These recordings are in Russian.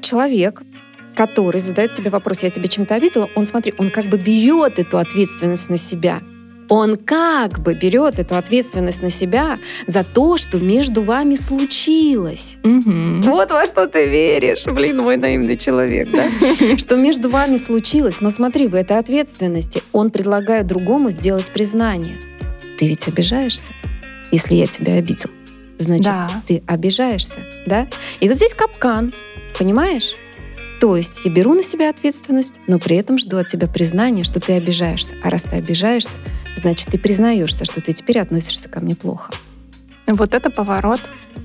человек, который задает тебе вопрос, я тебя чем-то обидела, он, смотри, он как бы берет эту ответственность на себя. Он как бы берет эту ответственность на себя за то, что между вами случилось. Вот во что ты веришь, блин, мой наивный человек, да? Что между вами случилось. Но смотри, в этой ответственности он предлагает другому сделать признание. Ты ведь обижаешься, если я тебя обидел. Значит, ты обижаешься, да? И вот здесь капкан, понимаешь? То есть я беру на себя ответственность, но при этом жду от тебя признания, что ты обижаешься. А раз ты обижаешься, значит, ты признаешься, что ты теперь относишься ко мне плохо. Вот это поворот.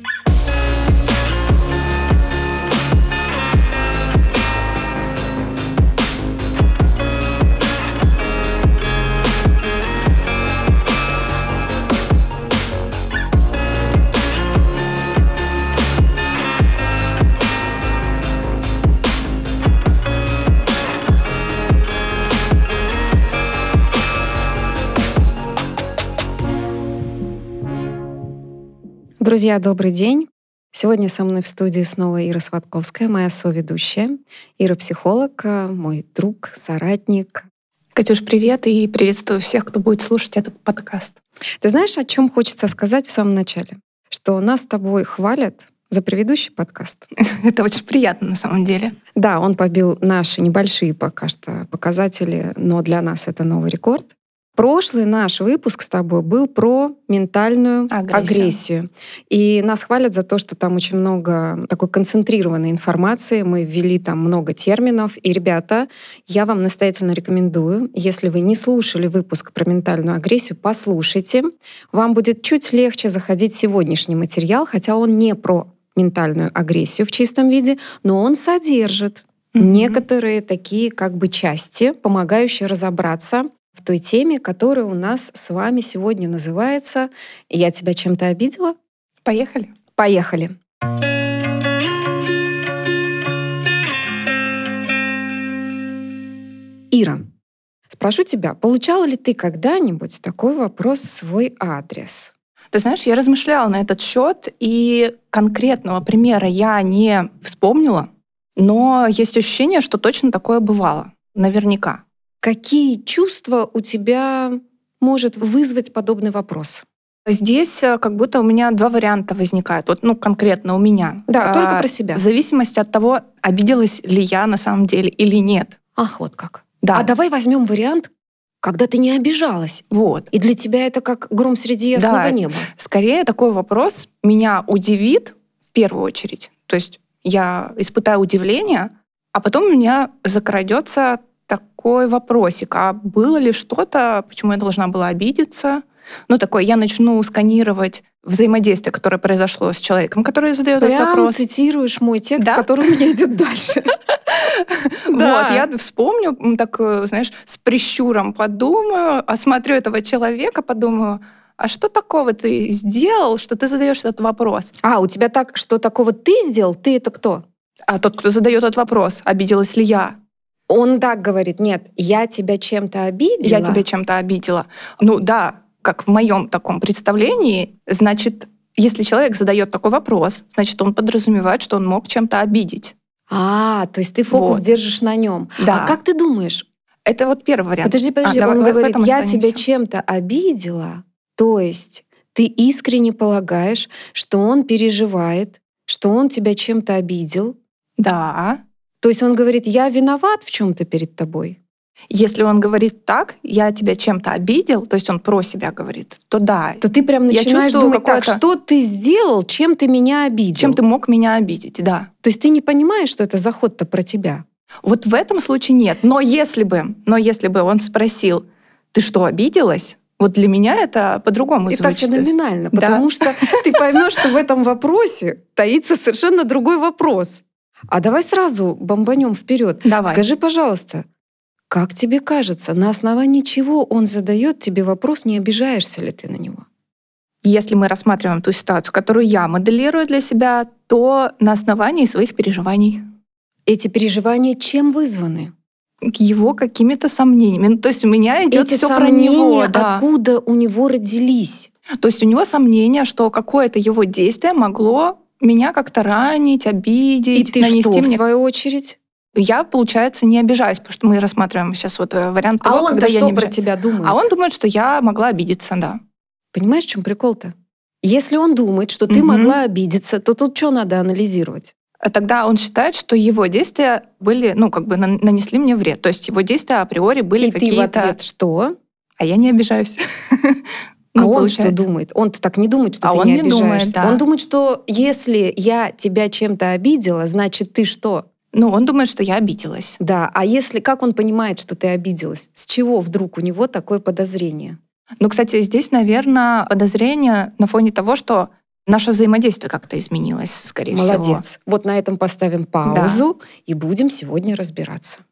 Друзья, добрый день. Сегодня со мной в студии снова Ира Сватковская, моя соведущая. Ира — психолог, мой друг, соратник. Катюш, привет, и приветствую всех, кто будет слушать этот подкаст. Ты знаешь, о чем хочется сказать в самом начале? Что нас с тобой хвалят за предыдущий подкаст. Это очень приятно на самом деле. Да, он побил наши небольшие пока что показатели, но для нас это новый рекорд. Прошлый наш выпуск с тобой был про ментальную агрессию. И нас хвалят за то, что там очень много такой концентрированной информации. Мы ввели там много терминов. И, ребята, я вам настоятельно рекомендую, если вы не слушали выпуск про ментальную агрессию, послушайте. Вам будет чуть легче заходить в сегодняшний материал, хотя он не про ментальную агрессию в чистом виде, но он содержит некоторые такие как бы части, помогающие разобраться в той теме, которая у нас с вами сегодня называется «Я тебя чем-то обидела?» Поехали. Поехали. Ира, спрошу тебя, получала ли ты когда-нибудь такой вопрос в свой адрес? Ты знаешь, я размышляла на этот счет, и конкретного примера я не вспомнила, но есть ощущение, что точно такое бывало. Наверняка. Какие чувства у тебя может вызвать подобный вопрос? Здесь как будто у меня два варианта возникают. Вот, конкретно у меня. Да, только про себя. В зависимости от того, обиделась ли я на самом деле или нет. Ах, вот как. Да. А давай возьмем вариант, когда ты не обижалась. Вот. И для тебя это как гром среди ясного неба. Скорее такой вопрос меня удивит в первую очередь. То есть я испытаю удивление, а потом у меня закрадется такой вопросик, а было ли что-то, почему я должна была обидеться? Такое, я начну сканировать взаимодействие, которое произошло с человеком, который задает этот вопрос. Прям цитируешь мой текст, который у меня идет дальше. Вот, я вспомню, так, знаешь, с прищуром подумаю, осмотрю этого человека, подумаю, а что такого ты сделал, что ты задаешь этот вопрос? А, у тебя так, что такого ты сделал? Ты это кто? А тот, кто задает этот вопрос, обиделась ли я? Он так говорит, нет, я тебя чем-то обидела. Я тебя чем-то обидела. Да, как в моем таком представлении, значит, если человек задает такой вопрос, значит, он подразумевает, что он мог чем-то обидеть. То есть ты фокус держишь на нем. Да. А как ты думаешь? Это вот первый вариант. Подожди, он говорит, я тебя чем-то обидела, то есть ты искренне полагаешь, что он переживает, что он тебя чем-то обидел. Да. То есть он говорит, я виноват в чем-то перед тобой. Если он говорит так, я тебя чем-то обидел, то есть он про себя говорит, то да. То ты прям начинаешь думать так, что ты сделал, чем ты меня обидел. Чем ты мог меня обидеть, да. То есть ты не понимаешь, что это заход-то про тебя. Вот в этом случае нет. Но если бы он спросил, ты что, обиделась? Вот для меня это по-другому звучит. Это феноменально, потому что ты поймешь, что в этом вопросе таится совершенно другой вопрос. А давай сразу бомбанем вперед. Давай. Скажи, пожалуйста, как тебе кажется, на основании чего он задает тебе вопрос, не обижаешься ли ты на него? Если мы рассматриваем ту ситуацию, которую я моделирую для себя, то на основании своих переживаний. Эти переживания чем вызваны? Его какими-то сомнениями. То есть у меня идет все про него. Да. Откуда у него родились? То есть у него сомнения, что какое-то его действие могло меня как-то ранить, обидеть, И ты нанести что, в мне... свою очередь? Я, получается, не обижаюсь, потому что мы рассматриваем сейчас вот вариант того, он-то когда я что не про обижаюсь. тебя думает? А он думает, что я могла обидеться, да. Понимаешь, в чем прикол-то? Если он думает, что ты могла обидеться, то тут что надо анализировать? Тогда он считает, что его действия были, нанесли мне вред. То есть его действия априори были И какие-то... ты в ответ что? А я не обижаюсь. А он что думает? Он-то так не думает, что ты не обижаешься. Думает, да. Он думает, что если я тебя чем-то обидела, значит, ты что? Он думает, что я обиделась. Да, а если как он понимает, что ты обиделась? С чего вдруг у него такое подозрение? Кстати, здесь, наверное, подозрение на фоне того, что наше взаимодействие как-то изменилось, скорее всего. Молодец. Вот на этом поставим паузу и будем сегодня разбираться.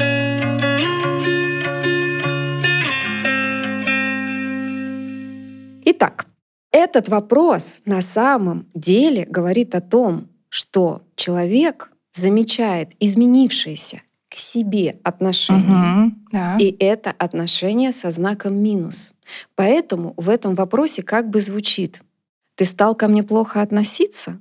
Итак, этот вопрос на самом деле говорит о том, что человек замечает изменившееся к себе отношение, и это отношение со знаком минус. Поэтому в этом вопросе как бы звучит: ты стал ко мне плохо относиться?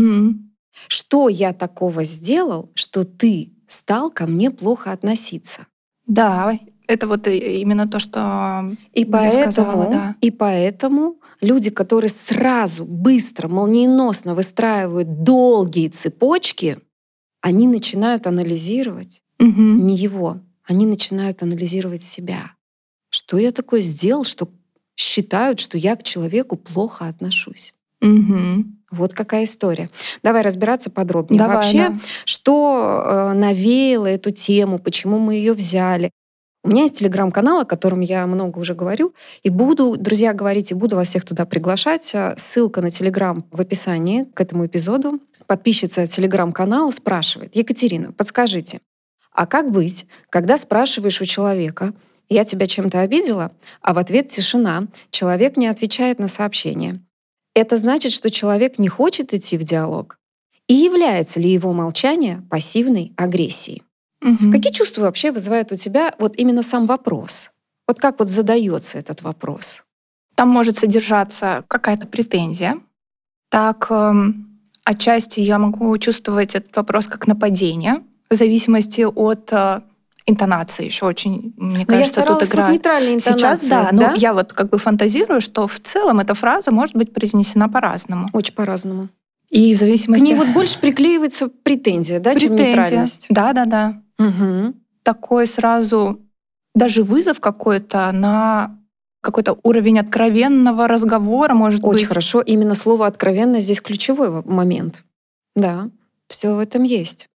Что я такого сделал, что ты стал ко мне плохо относиться? Да, это вот именно то, что я сказала, да. И поэтому люди, которые сразу, быстро, молниеносно выстраивают долгие цепочки, они начинают анализировать не его, они начинают анализировать себя. Что я такое сделал, что считают, что я к человеку плохо отношусь? Вот какая история. Давай разбираться подробнее. Давай, вообще, что навеяло эту тему, почему мы ее взяли. У меня есть телеграм-канал, о котором я много уже говорю, и буду, друзья, говорить, и буду вас всех туда приглашать. Ссылка на телеграм в описании к этому эпизоду. Подписчица телеграм-канала спрашивает: Екатерина, подскажите, а как быть, когда спрашиваешь у человека: я тебя чем-то обидела, а в ответ тишина, человек не отвечает на сообщение? Это значит, что человек не хочет идти в диалог? И является ли его молчание пассивной агрессией? Какие чувства вообще вызывает у тебя вот именно сам вопрос? Вот как вот задается этот вопрос? Там может содержаться какая-то претензия. Так, отчасти я могу чувствовать этот вопрос как нападение, в зависимости от интонации. Еще очень, мне кажется, тут играет. Вот нейтральная интонация. Сейчас, да. Я вот как бы фантазирую, что в целом эта фраза может быть произнесена по-разному. Очень по-разному. И в зависимости... К ней вот больше приклеивается претензия, да, чем нейтральность. Да. Такой сразу даже вызов какой-то на какой-то уровень откровенного разговора, может быть. Очень хорошо. Именно слово «откровенно» здесь ключевой момент. Да, все в этом есть.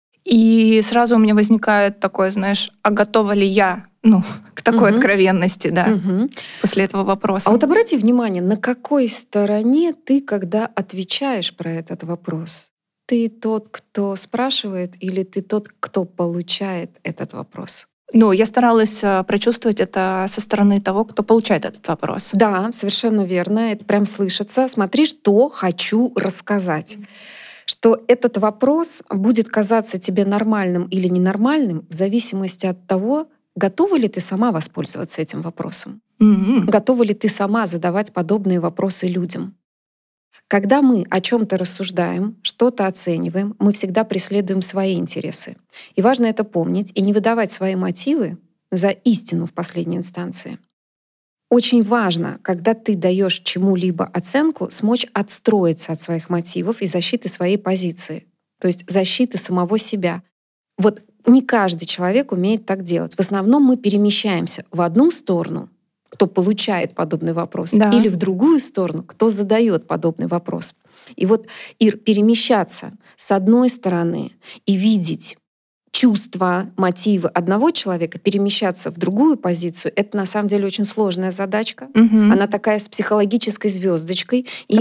И сразу у меня возникает такое, знаешь, а готова ли я к такой откровенности, да, после этого вопроса. А вот обрати внимание, на какой стороне ты, когда отвечаешь про этот вопрос? Ты тот, кто спрашивает, или ты тот, кто получает этот вопрос? Я старалась прочувствовать это со стороны того, кто получает этот вопрос. Да, совершенно верно. Это прям слышится. Смотри, что хочу рассказать. Что этот вопрос будет казаться тебе нормальным или ненормальным в зависимости от того, готова ли ты сама воспользоваться этим вопросом. Готова ли ты сама задавать подобные вопросы людям. Когда мы о чем-то рассуждаем, что-то оцениваем, мы всегда преследуем свои интересы. И важно это помнить и не выдавать свои мотивы за истину в последней инстанции. Очень важно, когда ты даешь чему-либо оценку, смочь отстроиться от своих мотивов и защиты своей позиции, то есть защиты самого себя. Вот не каждый человек умеет так делать. В основном мы перемещаемся в одну сторону, кто получает подобный вопрос, или в другую сторону, кто задает подобный вопрос. И вот перемещаться с одной стороны и видеть чувства, мотивы одного человека, перемещаться в другую позицию, это на самом деле очень сложная задачка. Она такая с психологической звездочкой. И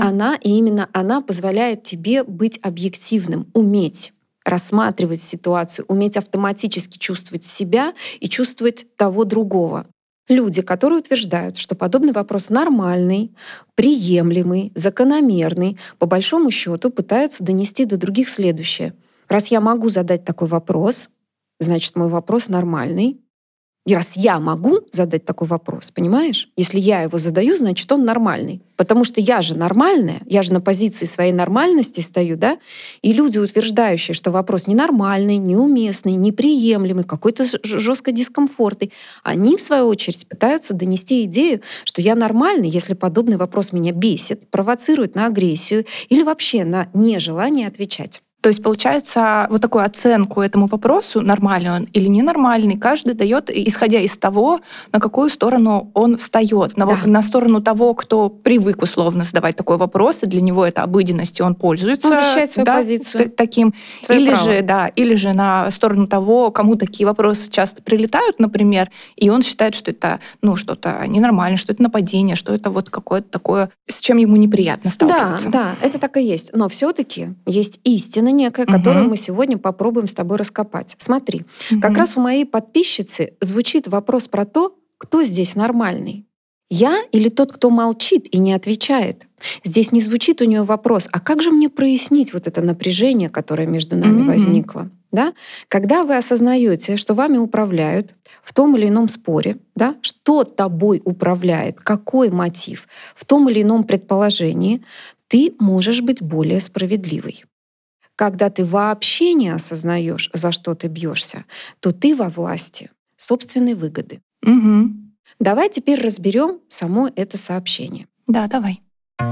именно она позволяет тебе быть объективным, уметь рассматривать ситуацию, уметь автоматически чувствовать себя и чувствовать того другого. Люди, которые утверждают, что подобный вопрос нормальный, приемлемый, закономерный, по большому счету пытаются донести до других следующее. Раз я могу задать такой вопрос, значит, мой вопрос нормальный. И раз я могу задать такой вопрос, понимаешь? Если я его задаю, значит, он нормальный. Потому что я же нормальная, я же на позиции своей нормальности стою, да? И люди, утверждающие, что вопрос ненормальный, неуместный, неприемлемый, какой-то жестко дискомфортный, они, в свою очередь, пытаются донести идею, что я нормальный, если подобный вопрос меня бесит, провоцирует на агрессию или вообще на нежелание отвечать. То есть, получается, вот такую оценку этому вопросу, нормальный он или ненормальный, каждый дает, исходя из того, на какую сторону он встает. На сторону того, кто привык условно задавать такой вопрос, и для него это обыденность, и он пользуется. Он защищает свою позицию. Таким. Или же на сторону того, кому такие вопросы часто прилетают, например, и он считает, что это что-то ненормально, что это нападение, что это вот какое-то такое, с чем ему неприятно сталкиваться. Да, это так и есть. Но все-таки есть истина некая, которую мы сегодня попробуем с тобой раскопать. Смотри, как раз у моей подписчицы звучит вопрос про то, кто здесь нормальный. Я или тот, кто молчит и не отвечает? Здесь не звучит у нее вопрос, а как же мне прояснить вот это напряжение, которое между нами возникло? Да? Когда вы осознаете, что вами управляют в том или ином споре, да? Что тобой управляет, какой мотив в том или ином предположении, ты можешь быть более справедливой. Когда ты вообще не осознаешь, за что ты бьешься, то ты во власти собственной выгоды. Давай теперь разберем само это сообщение. Да, давай.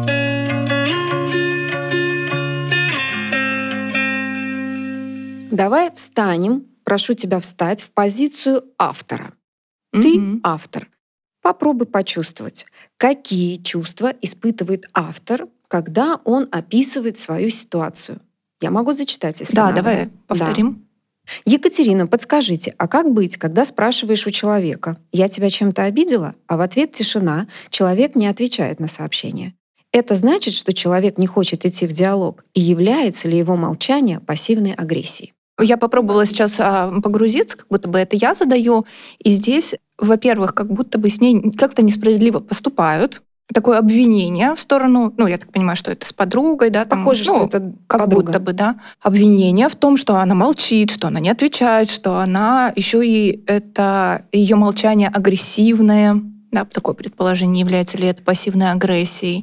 Давай встанем, прошу тебя встать в позицию автора. Ты автор. Попробуй почувствовать, какие чувства испытывает автор, когда он описывает свою ситуацию. Я могу зачитать, если надо. Да, давай повторим. Да. Екатерина, подскажите, а как быть, когда спрашиваешь у человека, я тебя чем-то обидела, а в ответ тишина, человек не отвечает на сообщение? Это значит, что человек не хочет идти в диалог, и является ли его молчание пассивной агрессией? Я попробовала сейчас погрузиться, как будто бы это я задаю, и здесь, во-первых, как будто бы с ней как-то несправедливо поступают. Такое обвинение в сторону, я так понимаю, что это с подругой, да, похоже, что это как подруга. Будто бы, да, обвинение в том, что она молчит, что она не отвечает, что она еще и это ее молчание агрессивное, да, такое предположение, является ли это пассивной агрессией,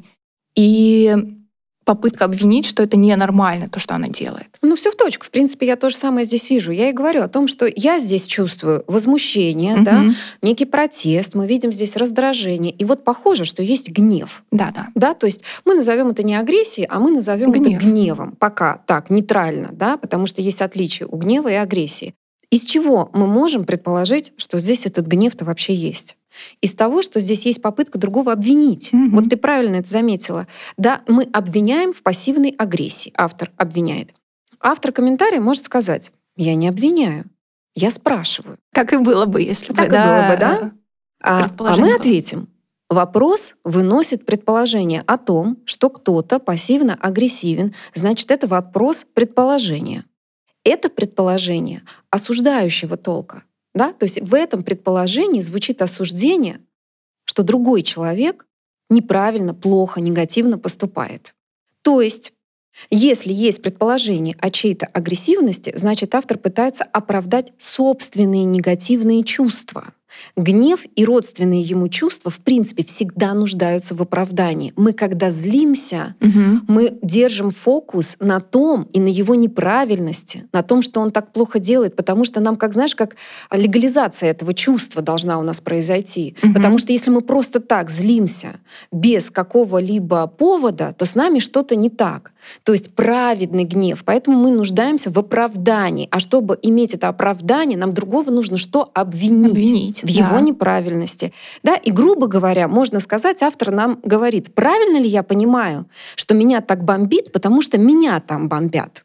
и попытка обвинить, что это ненормально, то, что она делает. Все в точку. В принципе, я то же самое здесь вижу. Я и говорю о том, что я здесь чувствую возмущение, да, некий протест, мы видим здесь раздражение. И вот похоже, что есть гнев. Да. То есть мы назовем это не агрессией, а мы назовем это гневом. Пока так, нейтрально, да, потому что есть отличие у гнева и агрессии. Из чего мы можем предположить, что здесь этот гнев-то вообще есть? Из того, что здесь есть попытка другого обвинить. Вот ты правильно это заметила. Да, мы обвиняем в пассивной агрессии. Автор обвиняет. Автор комментария может сказать: я не обвиняю, я спрашиваю. Так и было бы, если бы. Так и было бы, да? А мы ответим. Вопрос выносит предположение о том, что кто-то пассивно агрессивен, значит, это вопрос предположения. Это предположение осуждающего толка. Да? То есть в этом предположении звучит осуждение, что другой человек неправильно, плохо, негативно поступает. То есть, если есть предположение о чьей-то агрессивности, значит, автор пытается оправдать собственные негативные чувства. Гнев и родственные ему чувства, в принципе, всегда нуждаются в оправдании. Мы, когда злимся, мы держим фокус на том и на его неправильности, на том, что он так плохо делает, потому что нам, как легализация этого чувства должна у нас произойти. Потому что если мы просто так злимся без какого-либо повода, то с нами что-то не так. То есть праведный гнев. Поэтому мы нуждаемся в оправдании. А чтобы иметь это оправдание, нам другого нужно что? Обвинить в его неправильности. Да? И, грубо говоря, можно сказать, автор нам говорит: правильно ли я понимаю, что меня так бомбит, потому что меня там бомбят?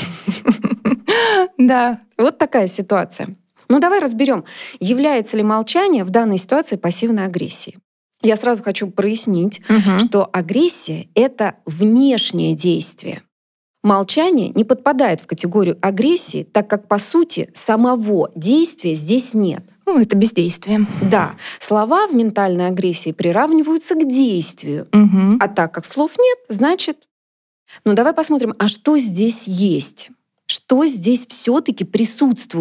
Да. Вот такая ситуация. Давай разберем, является ли молчание в данной ситуации пассивной агрессией. Я сразу хочу прояснить, что агрессия — это внешнее действие. Молчание не подпадает в категорию агрессии, так как, по сути, самого действия здесь нет. Это бездействие. Да, слова в ментальной агрессии приравниваются к действию. А так как слов нет, значит... давай посмотрим, а что здесь есть? Что здесь все-таки присутствует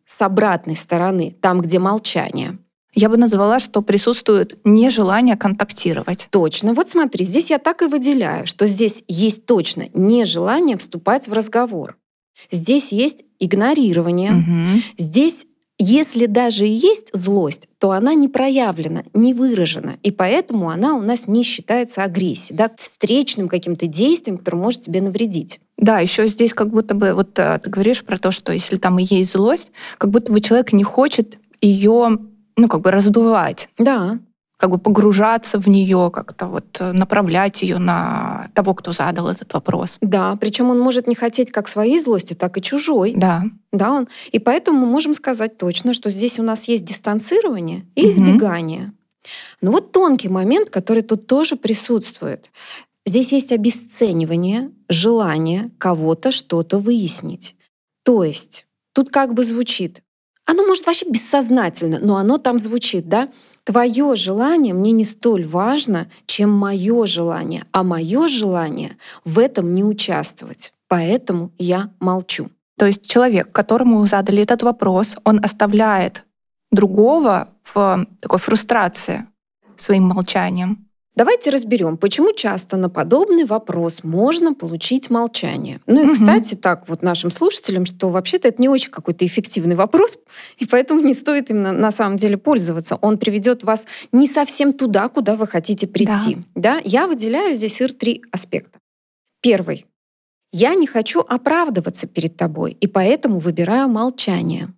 с обратной стороны, там, где молчание. Я бы назвала, что присутствует нежелание контактировать. Точно. Вот смотри, здесь я так и выделяю, что здесь есть точно нежелание вступать в разговор. Здесь есть игнорирование. Угу. Здесь, если даже и есть злость, то она не проявлена, не выражена. И поэтому она у нас не считается агрессией, да, встречным каким-то действием, которое может тебе навредить. Да, еще здесь как будто бы, вот ты говоришь про то, что если там и есть злость, как будто бы человек не хочет ее, раздувать. Да. Как бы погружаться в нее, как-то вот направлять ее на того, кто задал этот вопрос. Да, причем он может не хотеть как своей злости, так и чужой. Да. Да, и поэтому мы можем сказать точно, что здесь у нас есть дистанцирование и избегание. Но вот тонкий момент, который тут тоже присутствует. Здесь есть обесценивание, желание кого-то что-то выяснить. То есть тут как бы звучит, оно может вообще бессознательно, но оно там звучит, да? Твое желание мне не столь важно, чем мое желание, а мое желание в этом не участвовать. Поэтому я молчу. То есть человек, которому задали этот вопрос, он оставляет другого в такой фрустрации своим молчанием. Давайте разберем, почему часто на подобный вопрос можно получить молчание. Ну и, кстати, так вот нашим слушателям, что вообще-то это не очень какой-то эффективный вопрос, и поэтому не стоит им на самом деле пользоваться. Он приведет вас не совсем туда, куда вы хотите прийти. Да? Я выделяю здесь 3 аспекта. Первый. Я не хочу оправдываться перед тобой, и поэтому выбираю молчание.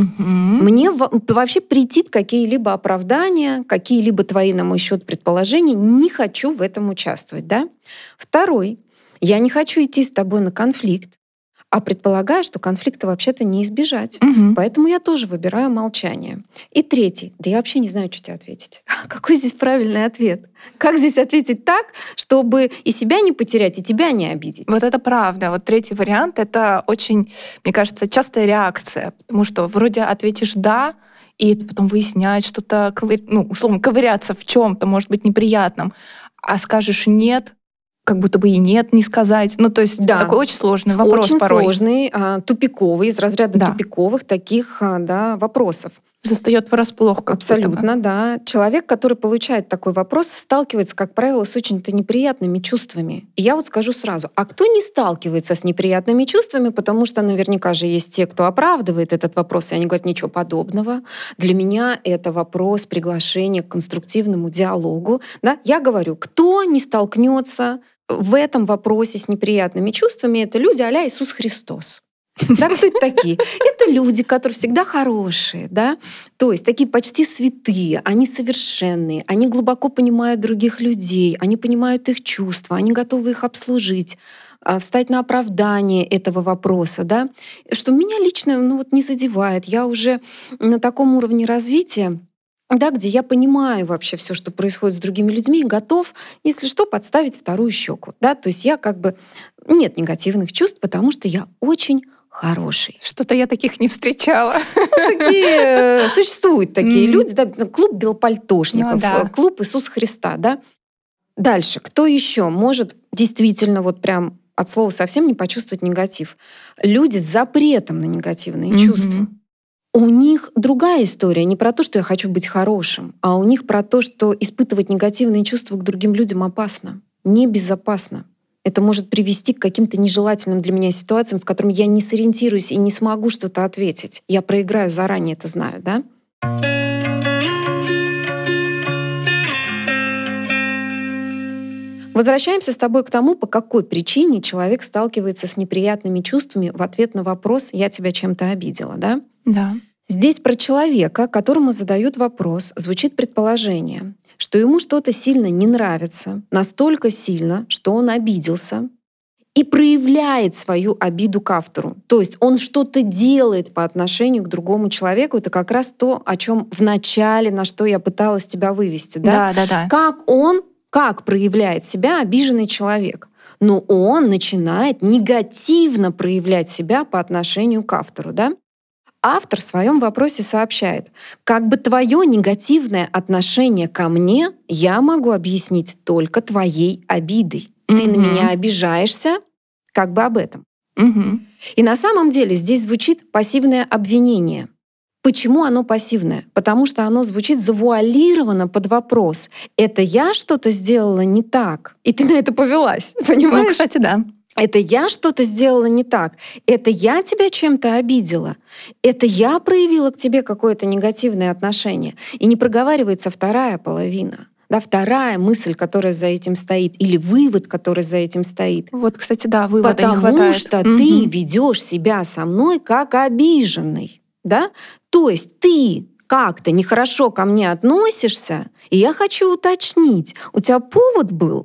Мне вообще претит какие-либо оправдания, какие-либо твои, на мой счет, предположения. Не хочу в этом участвовать. Да? Второй. Я не хочу идти с тобой на конфликт, а предполагаю, что конфликта вообще-то не избежать. Поэтому я тоже выбираю молчание. И третий. Да я вообще не знаю, что тебе ответить. Какой здесь правильный ответ? Как здесь ответить так, чтобы и себя не потерять, и тебя не обидеть? Вот это правда. Вот третий вариант — это очень, мне кажется, частая реакция. Потому что вроде ответишь «да», и это потом выяснять что-то, условно, ковыряться в чем-то, может быть, неприятном. А скажешь «нет», как будто бы и нет не сказать. То есть такой очень сложный вопрос очень порой. Очень сложный, тупиковый, из разряда тупиковых таких вопросов. Застаёт врасплох. Абсолютно, да. Человек, который получает такой вопрос, сталкивается, как правило, с очень-то неприятными чувствами. И я вот скажу сразу, а кто не сталкивается с неприятными чувствами, потому что наверняка же есть те, кто оправдывает этот вопрос, и они говорят, ничего подобного. Для меня это вопрос приглашения к конструктивному диалогу. Да? Я говорю, кто не столкнется в этом вопросе с неприятными чувствами, это люди а-ля Иисус Христос. Да, кто это такие? Это люди, которые всегда хорошие, да? То есть такие почти святые, они совершенные, они глубоко понимают других людей, они понимают их чувства, они готовы их обслужить, встать на оправдание этого вопроса, да? Что меня лично не задевает. Я уже на таком уровне развития, да, где я понимаю вообще все, что происходит с другими людьми, и готов, если что, подставить вторую щеку. Да? То есть я нет негативных чувств, потому что я очень хороший. Что-то я таких не встречала. Существуют такие люди, да, клуб белопальтошников, клуб Иисус Христа. Да? Дальше, кто еще может действительно прям от слова совсем не почувствовать негатив? Люди с запретом на негативные чувства. У них другая история, не про то, что я хочу быть хорошим, а у них про то, что испытывать негативные чувства к другим людям опасно, небезопасно. Это может привести к каким-то нежелательным для меня ситуациям, в которых я не сориентируюсь и не смогу что-то ответить. Я проиграю заранее, это знаю, да? Возвращаемся с тобой к тому, по какой причине человек сталкивается с неприятными чувствами в ответ на вопрос «я тебя чем-то обидела», да? Да. Здесь про человека, которому задают вопрос, звучит предположение, что ему что-то сильно не нравится, настолько сильно, что он обиделся и проявляет свою обиду к автору. То есть он что-то делает по отношению к другому человеку. Это как раз то, о чем в начале, на что я пыталась тебя вывести. Да? Как проявляет себя обиженный человек. Но он начинает негативно проявлять себя по отношению к автору. Да? Автор в своем вопросе сообщает, как бы твое негативное отношение ко мне я могу объяснить только твоей обидой. Ты на меня обижаешься, как бы об этом. И на самом деле здесь звучит пассивное обвинение. Почему оно пассивное? Потому что оно звучит завуалированно под вопрос. Это я что-то сделала не так? И ты на это повелась, понимаешь? Ну, кстати, да. Это я что-то сделала не так. Это я тебя чем-то обидела. Это я проявила к тебе какое-то негативное отношение. И не проговаривается вторая половина. Да, вторая мысль, которая за этим стоит, или вывод, который за этим стоит. Вот, кстати, да, вывода не хватает. Потому что ты ведешь себя со мной как обиженный. Да? То есть ты как-то нехорошо ко мне относишься, и я хочу уточнить, у тебя повод был?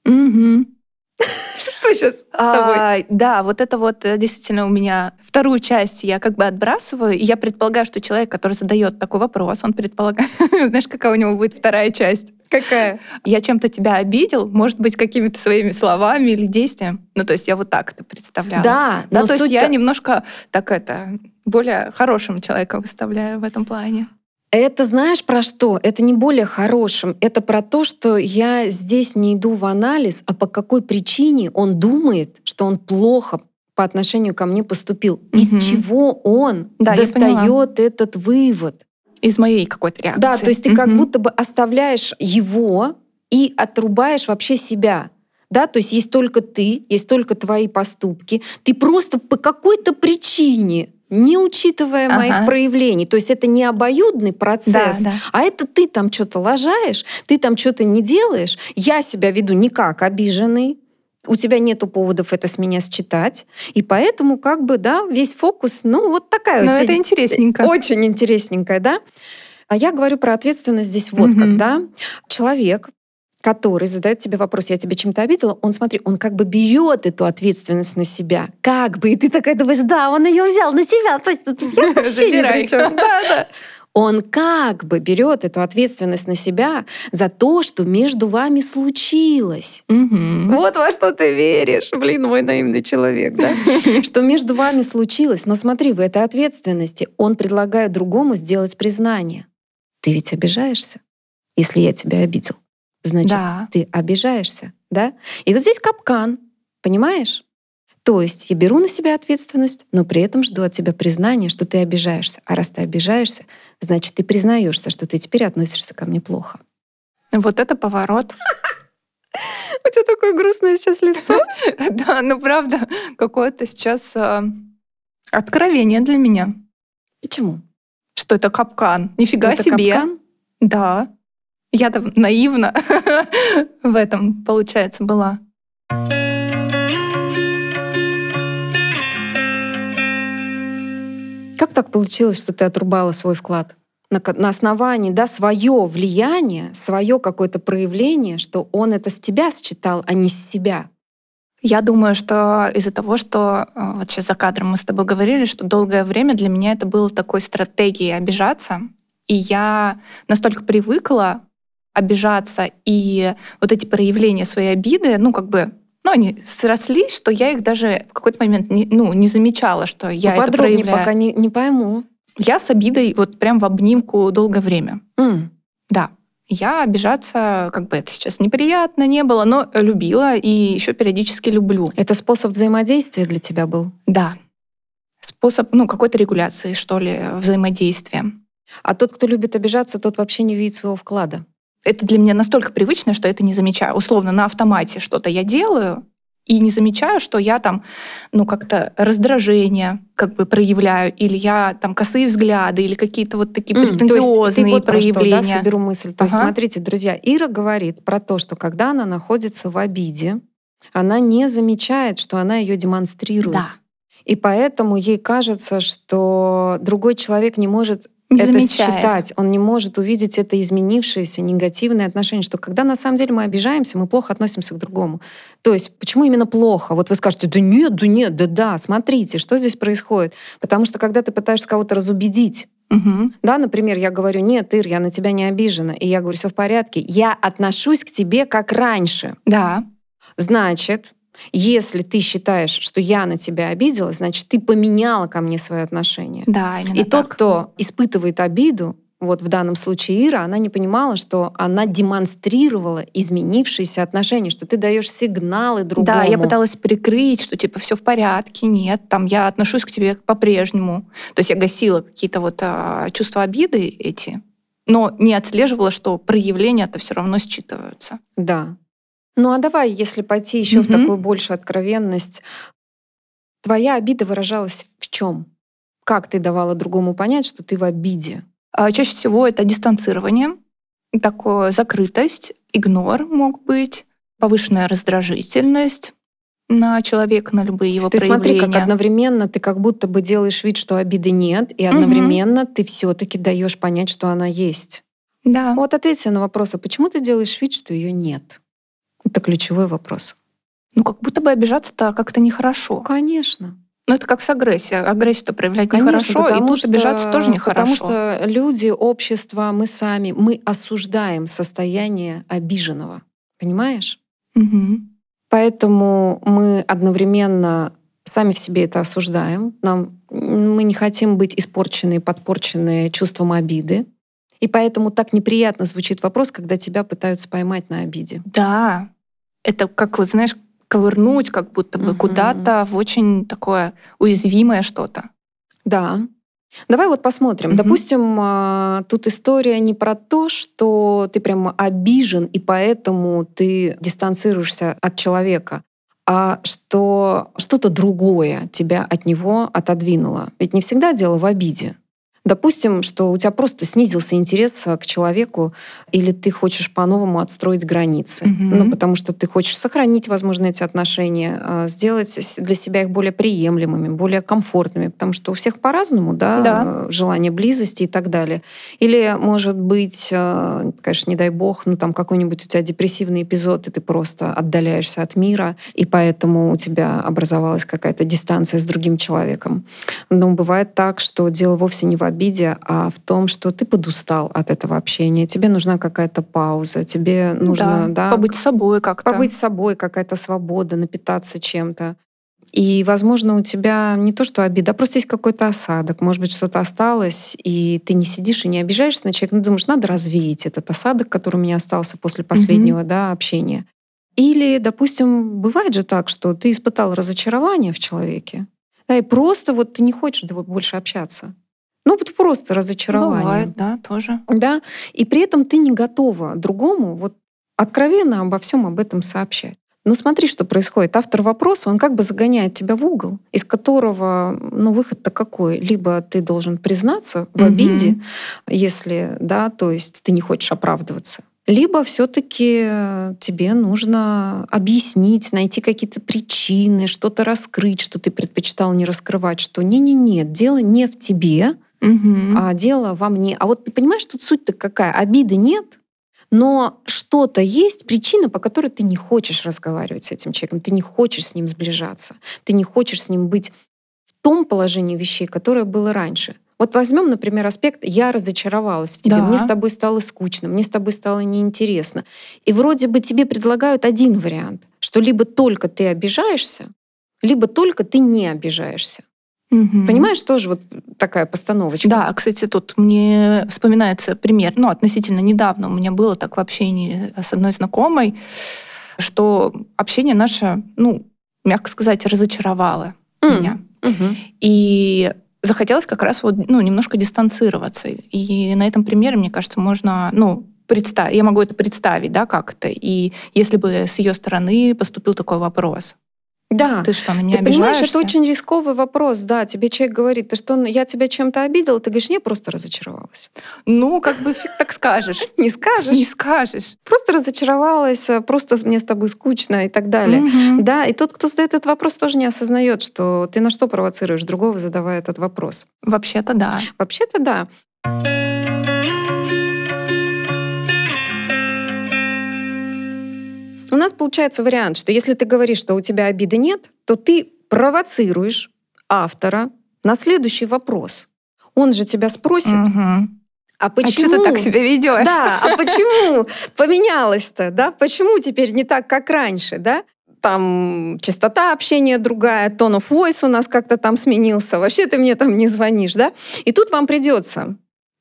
Что сейчас с тобой? Да, вот это вот действительно у меня вторую часть я как бы отбрасываю, и я предполагаю, что человек, который задает такой вопрос, он предполагает, знаешь, какая у него будет вторая часть? Какая? Я чем-то тебя обидел, может быть, какими-то своими словами или действием. Ну, то есть я вот так это представляла. Да, то есть я немножко так более хорошим человеком выставляю в этом плане. Это знаешь про что? Это не более хорошим. Это про то, что я здесь не иду в анализ, а по какой причине он думает, что он плохо по отношению ко мне поступил. Из чего он достает этот вывод. Из моей какой-то реакции. Да, то есть ты как будто бы оставляешь его и отрубаешь вообще себя. Да, то есть есть только ты, есть только твои поступки. Ты просто по какой-то причине, не учитывая моих проявлений. То есть это не обоюдный процесс, а это ты там что-то лажаешь, ты там что-то не делаешь. Я себя веду не как обиженный. У тебя нету поводов это с меня считать. И поэтому как бы, да, весь фокус, вот такая вот. Это интересненько. Очень интересненькая, да. А я говорю про ответственность здесь когда человек, который задает тебе вопрос, я тебя чем-то обидела, он как бы берет эту ответственность на себя. Как бы, и ты такая думаешь, да, он ее взял на себя. То есть я вообще не при чем. Да. Он как бы берет эту ответственность на себя за то, что между вами случилось. Вот во что ты веришь, мой наивный человек, да? Что между вами случилось. Но смотри, в этой ответственности он предлагает другому сделать признание. Ты ведь обижаешься, если я тебя обидел. Значит, ты обижаешься, да? И вот здесь капкан, понимаешь? То есть я беру на себя ответственность, но при этом жду от тебя признания, что ты обижаешься. А раз ты обижаешься, значит, ты признаешься, что ты теперь относишься ко мне плохо. Вот это поворот. У тебя такое грустное сейчас лицо. Да, правда, какое-то сейчас откровение для меня. Почему? Что это капкан. Нифига себе. Капкан? Да. Я там наивна в этом, получается, была. Как так получилось, что ты отрубала свой вклад? На основании, свое влияние, свое какое-то проявление, что он это с тебя считал, а не с себя. Я думаю, что из-за того, что вот сейчас за кадром мы с тобой говорили, что долгое время для меня это было такой стратегией обижаться, и я настолько привыкла обижаться, и вот эти проявления своей обиды, они срослись, что я их даже в какой-то момент не замечала, что я это проявляю. Пока не пойму. Я с обидой вот прям в обнимку долгое время. Да. Я обижаться, это сейчас неприятно не было, но любила и еще периодически люблю. Это способ взаимодействия для тебя был? Да. Способ, какой-то регуляции, что ли, взаимодействия. А тот, кто любит обижаться, тот вообще не видит своего вклада? Это для меня настолько привычно, что это не замечаю. Условно, на автомате что-то я делаю, и не замечаю, что я там, как-то раздражение проявляю, или я там косые взгляды, или какие-то вот такие претенциозные проявления. Что, соберу мысль. То есть, смотрите, друзья, Ира говорит про то, что когда она находится в обиде, она не замечает, что она ее демонстрирует. Да. И поэтому ей кажется, что другой человек не может не это замечает. считать, он не может увидеть это изменившееся негативное отношение, что когда на самом деле мы обижаемся, мы плохо относимся к другому. То есть почему именно плохо? Вот вы скажете, да нет, да, смотрите, что здесь происходит. Потому что когда ты пытаешься кого-то разубедить, да, например, я говорю, нет, Ир, я на тебя не обижена, и я говорю, все в порядке, я отношусь к тебе как раньше. Да. Значит, если ты считаешь, что я на тебя обиделась, значит, ты поменяла ко мне свое отношение. Да, именно И так. тот, кто испытывает обиду, вот в данном случае Ира, она не понимала, что она демонстрировала изменившиеся отношения, что ты даешь сигналы другому. Да, я пыталась прикрыть, что типа все в порядке, нет, там я отношусь к тебе по-прежнему. То есть я гасила какие-то вот чувства обиды эти, но не отслеживала, что проявления-то все равно считываются. Да. Ну а давай, если пойти еще в такую большую откровенность, твоя обида выражалась в чем? Как ты давала другому понять, что ты в обиде? Чаще всего это дистанцирование, такое закрытость, игнор мог быть, повышенная раздражительность на человека, на любые его проявления. Ты смотри, как одновременно ты как будто бы делаешь вид, что обиды нет, и одновременно ты все-таки даешь понять, что она есть. Да. Вот ответь себе на вопрос, а почему ты делаешь вид, что ее нет? Это ключевой вопрос. Ну, как будто бы обижаться-то как-то нехорошо. Конечно. Ну, это как с агрессией. Агрессию-то проявлять нехорошо, и тут обижаться тоже нехорошо. Потому что люди, общество, мы сами, мы осуждаем состояние обиженного. Понимаешь? Угу. Поэтому мы одновременно сами в себе это осуждаем. Мы не хотим быть испорчены, подпорчены чувством обиды. И поэтому так неприятно звучит вопрос, когда тебя пытаются поймать на обиде. Да. Это как, вот, знаешь, ковырнуть как будто бы куда-то в очень такое уязвимое что-то. Да. Давай вот посмотрим. Допустим, тут история не про то, что ты прямо обижен, и поэтому ты дистанцируешься от человека, а что что-то другое тебя от него отодвинуло. Ведь не всегда дело в обиде. Допустим, что у тебя просто снизился интерес к человеку, или ты хочешь по-новому отстроить границы. Ну, потому что ты хочешь сохранить, возможно, эти отношения, сделать для себя их более приемлемыми, более комфортными, потому что у всех по-разному, да, желание близости и так далее. Или, может быть, конечно, не дай бог, ну там какой-нибудь у тебя депрессивный эпизод, и ты просто отдаляешься от мира, и поэтому у тебя образовалась какая-то дистанция с другим человеком. Но бывает так, что дело вовсе не в обиде, а в том, что ты подустал от этого общения, тебе нужна какая-то пауза, тебе нужно побыть собой как-то. Побыть собой, какая-то свобода, напитаться чем-то. И, возможно, у тебя не то, что обида, а просто есть какой-то осадок. Может быть, что-то осталось, и ты не сидишь и не обижаешься на человека, но думаешь, надо развеять этот осадок, который у меня остался после последнего общения. Или, допустим, бывает же так, что ты испытал разочарование в человеке, да, и просто вот ты не хочешь больше общаться. Ну, вот просто разочарование. Бывает, да, тоже. Да, и при этом ты не готова другому вот откровенно обо всем об этом сообщать. Но смотри, что происходит. Автор вопроса, он как бы загоняет тебя в угол, из которого, ну, выход-то какой? Либо ты должен признаться в обиде, если, да, то есть ты не хочешь оправдываться, либо все-таки тебе нужно объяснить, найти какие-то причины, что-то раскрыть, что ты предпочитал не раскрывать, что не-не-не, дело не в тебе, а дело во мне. А вот ты понимаешь, тут суть-то какая? Обиды нет, но что-то есть, причина, по которой ты не хочешь разговаривать с этим человеком, ты не хочешь с ним сближаться, ты не хочешь с ним быть в том положении вещей, которое было раньше. Вот возьмем, например, аспект «я разочаровалась в тебе», мне с тобой стало скучно, мне с тобой стало неинтересно. И вроде бы тебе предлагают один вариант, что либо только ты обижаешься, либо только ты не обижаешься. Понимаешь, тоже вот такая постановочка. Да, кстати, тут мне вспоминается пример, ну, относительно недавно у меня было так в общении с одной знакомой, что общение наше, ну, мягко сказать, разочаровало меня. И захотелось как раз вот, ну, немножко дистанцироваться. И на этом примере, мне кажется, можно, ну, я могу это представить, да, как это. И если бы с ее стороны поступил такой вопрос. Да. Ты что, на меня обижаешься? Понимаешь, это очень рисковый вопрос, да. Тебе человек говорит, ты что, я тебя чем-то обидела? Ты говоришь, не, просто разочаровалась. Ну, как бы фиг так скажешь. Не скажешь? Не скажешь. Просто разочаровалась, просто мне с тобой скучно и так далее. Да, и тот, кто задает этот вопрос, тоже не осознает, что ты на что провоцируешь другого, задавая этот вопрос. Вообще-то да. Вообще-то да. У нас получается вариант, что если ты говоришь, что у тебя обиды нет, то ты провоцируешь автора на следующий вопрос. Он же тебя спросит, а почему... А что ты так себя ведешь? Да, а почему поменялось-то? Да? Почему теперь не так, как раньше? Да? Там частота общения другая, tone of voice у нас как-то там сменился. Вообще ты мне там не звонишь. Да? И тут вам придется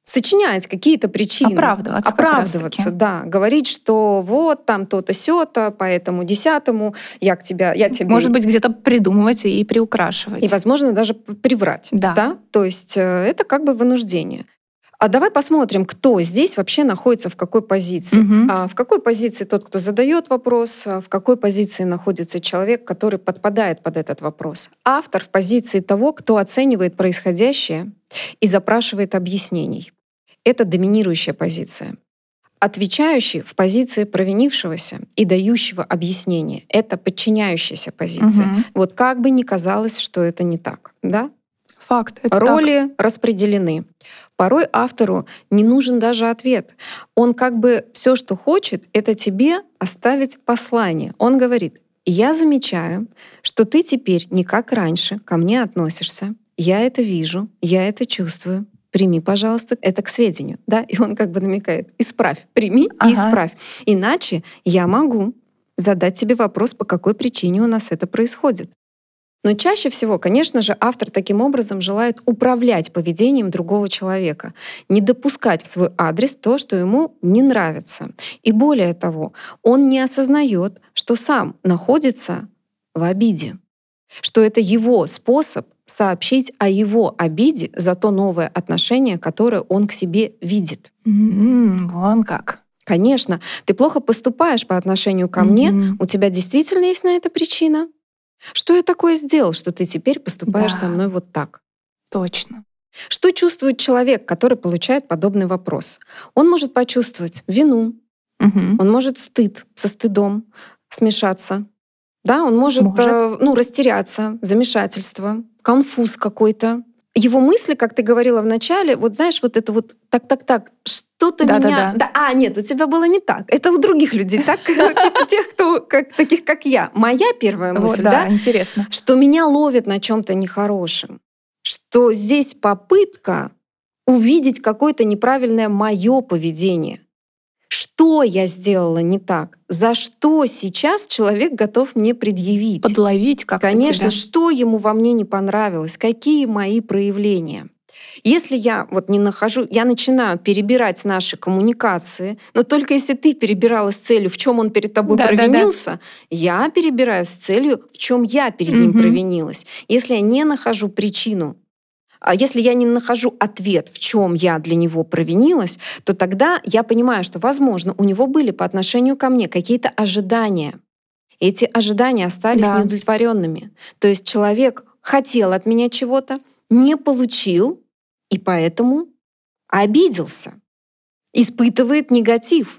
сочинять какие-то причины. Оправдываться, да. Говорить, что вот там то-то, сё-то, поэтому 10-му я тебе... Может быть, где-то придумывать и приукрашивать. И, возможно, даже приврать. Да. То есть это как бы вынуждение. А давай посмотрим, кто здесь вообще находится в какой позиции. Угу. В какой позиции тот, кто задает вопрос, в какой позиции находится человек, который подпадает под этот вопрос. Автор в позиции того, кто оценивает происходящее и запрашивает объяснений. Это доминирующая позиция. Отвечающий в позиции провинившегося и дающего объяснение. Это подчиняющаяся позиция. Угу. Вот как бы ни казалось, что это не так. Да? Факт. Это роли так. распределены. Порой автору не нужен даже ответ. Он как бы все, что хочет, это тебе оставить послание. Он говорит: я замечаю, что ты теперь не как раньше ко мне относишься. Я это вижу, я это чувствую. Прими, пожалуйста, это к сведению. Да? И он как бы намекает: исправь, прими и исправь. Иначе я могу задать тебе вопрос, по какой причине у нас это происходит. Но чаще всего, конечно же, автор таким образом желает управлять поведением другого человека, не допускать в свой адрес то, что ему не нравится. И более того, он не осознает, что сам находится в обиде, что это его способ сообщить о его обиде за то новое отношение, которое он к себе видит. Вон как. Конечно, ты плохо поступаешь по отношению ко мне, у тебя действительно есть на это причина. Что я такое сделал, что ты теперь поступаешь со мной вот так? Точно. Что чувствует человек, который получает подобный вопрос? Он может почувствовать вину, он может со стыдом смешаться, да, он может. Растеряться, замешательство, конфуз какой-то. Его мысли, как ты говорила в начале, вот знаешь, вот это вот так, что-то меня... Да, нет, у тебя было не так. Это у других людей так, типа тех, кто таких, как я. Моя первая мысль, да, интересно, что меня ловят на чем-то нехорошем, что здесь попытка увидеть какое-то неправильное мое поведение. Что я сделала не так? За что сейчас человек готов мне предъявить? Подловить как-то Конечно, тебя. Что ему во мне не понравилось? Какие мои проявления? Если я не нахожу, я начинаю перебирать наши коммуникации, но только если ты перебирала с целью, в чем он перед тобой провинился, я перебираю с целью, в чем я перед ним провинилась. Если я не нахожу причину, а если я не нахожу ответ, в чем я для него провинилась, то тогда я понимаю, что, возможно, у него были по отношению ко мне какие-то ожидания. Эти ожидания остались неудовлетворенными. То есть человек хотел от меня чего-то, не получил, и поэтому обиделся, испытывает негатив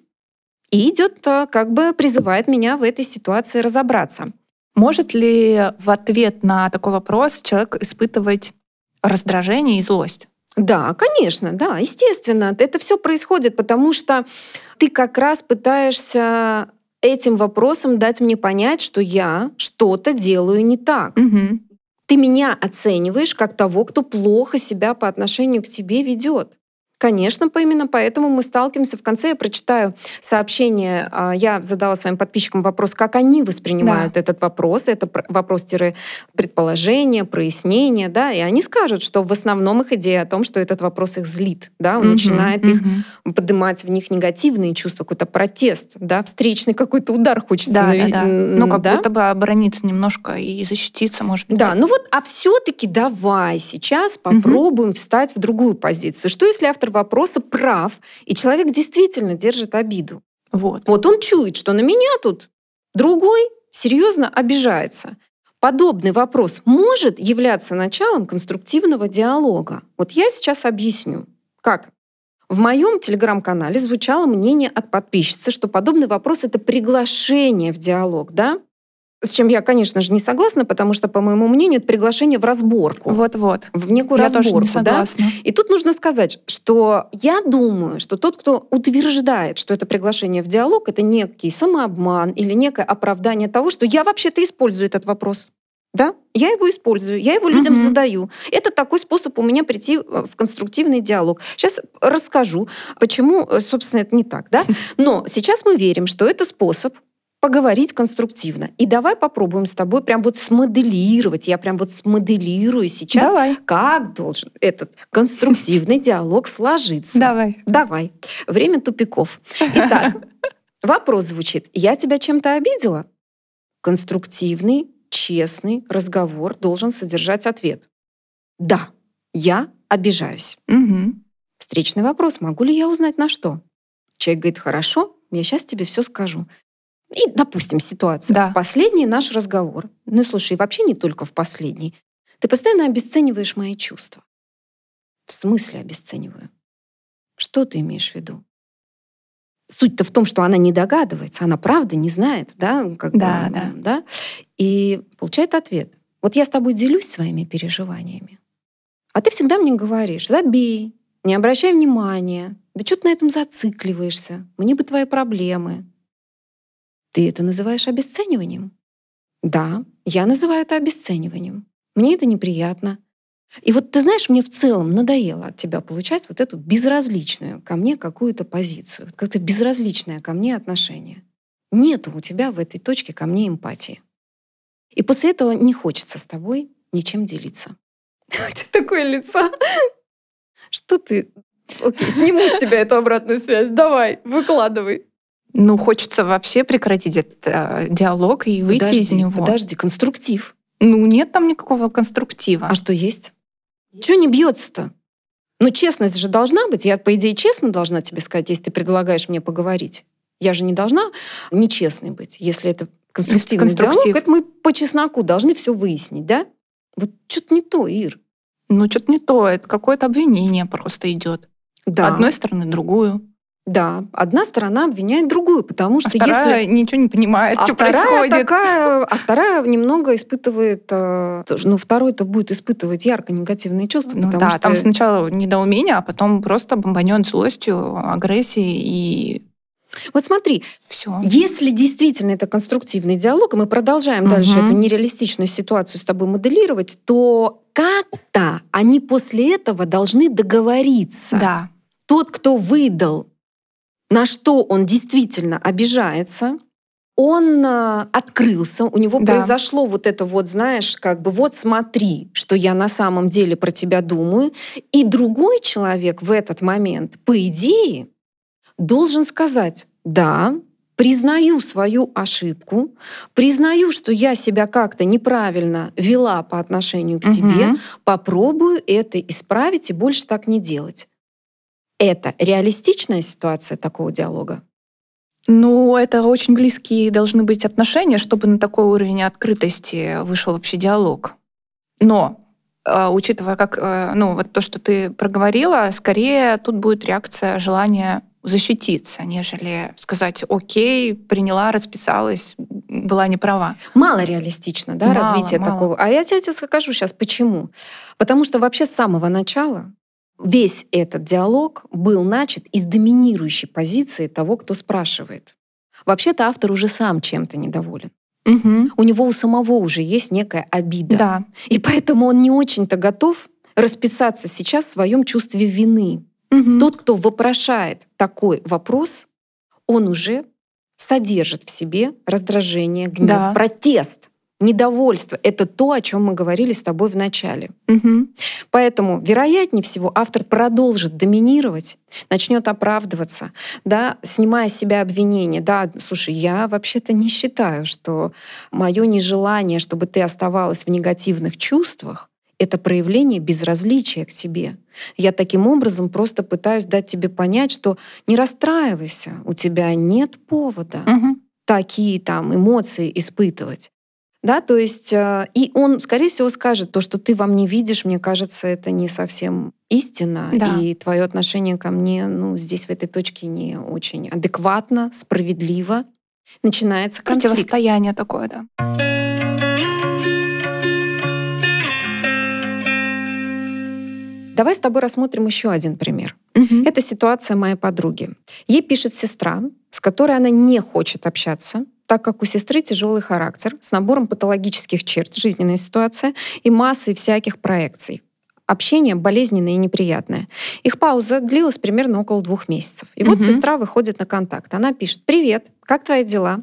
и идет, призывает меня в этой ситуации разобраться. Может ли в ответ на такой вопрос человек испытывать раздражение и злость? Да, конечно, да, естественно. Это все происходит, потому что ты как раз пытаешься этим вопросом дать мне понять, что я что-то делаю не так. Ты меня оцениваешь как того, кто плохо себя по отношению к тебе ведет. Конечно, именно поэтому мы сталкиваемся. В конце я прочитаю сообщение. Я задала своим подписчикам вопрос, как они воспринимают этот вопрос. Это вопрос-предположение, прояснение. Да? И они скажут, что в основном их идея о том, что этот вопрос их злит. Да? Он начинает их поднимать в них негативные чувства, какой-то протест, да? Встречный какой-то удар хочется. Будто бы оборониться немножко и защититься, может быть. Да, а все-таки давай сейчас попробуем встать в другую позицию. Что если автор вопроса прав, и человек действительно держит обиду? Вот он чует, что на меня тут другой серьезно обижается. Подобный вопрос может являться началом конструктивного диалога. Вот я сейчас объясню, как. В моем телеграм-канале звучало мнение от подписчицы, что подобный вопрос — это приглашение в диалог, да? С чем я, конечно же, не согласна, потому что, по моему мнению, это приглашение в разборку. В некую разборку. Тоже не согласна. Да? И тут нужно сказать, что я думаю, что тот, кто утверждает, что это приглашение в диалог, это некий самообман или некое оправдание того, что я вообще-то использую этот вопрос. Да? Я его использую, я его людям задаю. Это такой способ у меня прийти в конструктивный диалог. Сейчас расскажу, почему, собственно, это не так. Да? Но сейчас мы верим, что это способ поговорить конструктивно. И давай попробуем с тобой прям вот смоделировать. Я прям вот смоделирую сейчас, как должен этот конструктивный диалог сложиться. Давай. Время тупиков. Итак, вопрос звучит. Я тебя чем-то обидела? Конструктивный, честный разговор должен содержать ответ. Да, я обижаюсь. Встречный вопрос. Могу ли я узнать на что? Человек говорит, хорошо, я сейчас тебе все скажу. И, допустим, ситуация. В последний наш разговор. Ну, слушай, вообще не только в последний. Ты постоянно обесцениваешь мои чувства. В смысле обесцениваю? Что ты имеешь в виду? Суть-то в том, что она не догадывается, она правда не знает, да? Да? И получает ответ. Вот я с тобой делюсь своими переживаниями, а ты всегда мне говоришь, забей, не обращай внимания, да что ты на этом зацикливаешься, мне бы твои проблемы. Ты это называешь обесцениванием? Да, я называю это обесцениванием. Мне это неприятно. И вот ты знаешь, мне в целом надоело от тебя получать вот эту безразличную ко мне какую-то позицию, как-то безразличное ко мне отношение. Нету у тебя в этой точке ко мне эмпатии. И после этого не хочется с тобой ничем делиться. Такое лицо. Что ты? Окей, сниму с тебя эту обратную связь. Давай, выкладывай. Ну, хочется вообще прекратить этот диалог и выйти из него. Подожди, конструктив. Ну, нет там никакого конструктива. А что есть? Чего не бьется-то? Ну, честность же должна быть. Я, по идее, честно должна тебе сказать, если ты предлагаешь мне поговорить. Я же не должна нечестной быть. Если это конструктивный диалог, это мы по чесноку должны все выяснить, да? Вот что-то не то, Ир. Ну, что-то не то. Это какое-то обвинение просто идет. Да. Одной стороны другую. Да, одна сторона обвиняет другую, потому что вторая если... ничего не понимает, что происходит. А вторая немного испытывает... второй-то будет испытывать ярко негативные чувства, потому что... там сначала недоумение, а потом просто бомбанет злостью, агрессией и... Вот смотри, все. Если действительно это конструктивный диалог, и мы продолжаем дальше эту нереалистичную ситуацию с тобой моделировать, то как-то они после этого должны договориться. Да. Тот, кто выдал, на что он действительно обижается, он открылся, у него произошло вот это вот, знаешь, как бы вот смотри, что я на самом деле про тебя думаю. И другой человек в этот момент, по идее, должен сказать, да, признаю свою ошибку, признаю, что я себя как-то неправильно вела по отношению к тебе, попробую это исправить и больше так не делать. Это реалистичная ситуация такого диалога? Ну, это очень близкие должны быть отношения, чтобы на такой уровень открытости вышел вообще диалог. Но, учитывая, как, вот то, что ты проговорила, скорее тут будет реакция желания защититься, нежели сказать, окей, приняла, расписалась, была не права. Мало реалистично, да, развитие такого. А я тебе скажу сейчас, почему. Потому что вообще с самого начала весь этот диалог был начат из доминирующей позиции того, кто спрашивает. Вообще-то автор уже сам чем-то недоволен. У него у самого уже есть некая обида. Да. И поэтому он не очень-то готов расписаться сейчас в своем чувстве вины. Тот, кто вопрошает такой вопрос, он уже содержит в себе раздражение, гнев, протест. Недовольство — это то, о чем мы говорили с тобой в начале. Поэтому, вероятнее всего, автор продолжит доминировать, начнет оправдываться, да, снимая с себя обвинения. Да, слушай, я вообще-то не считаю, что мое нежелание, чтобы ты оставалась в негативных чувствах, это проявление безразличия к тебе. Я таким образом просто пытаюсь дать тебе понять, что не расстраивайся, у тебя нет повода такие там эмоции испытывать. Да, то есть, и он, скорее всего, скажет, то, что ты во мне видишь, мне кажется, это не совсем истина, и твое отношение ко мне, здесь в этой точке не очень адекватно, справедливо. Начинается конфликт. Противостояние такое, да. Давай с тобой рассмотрим еще один пример. Это ситуация моей подруги. Ей пишет сестра, с которой она не хочет общаться, так как у сестры тяжелый характер с набором патологических черт, жизненная ситуация и массой всяких проекций. Общение болезненное и неприятное. Их пауза длилась примерно около 2 месяцев. И вот сестра выходит на контакт. Она пишет: «Привет, как твои дела?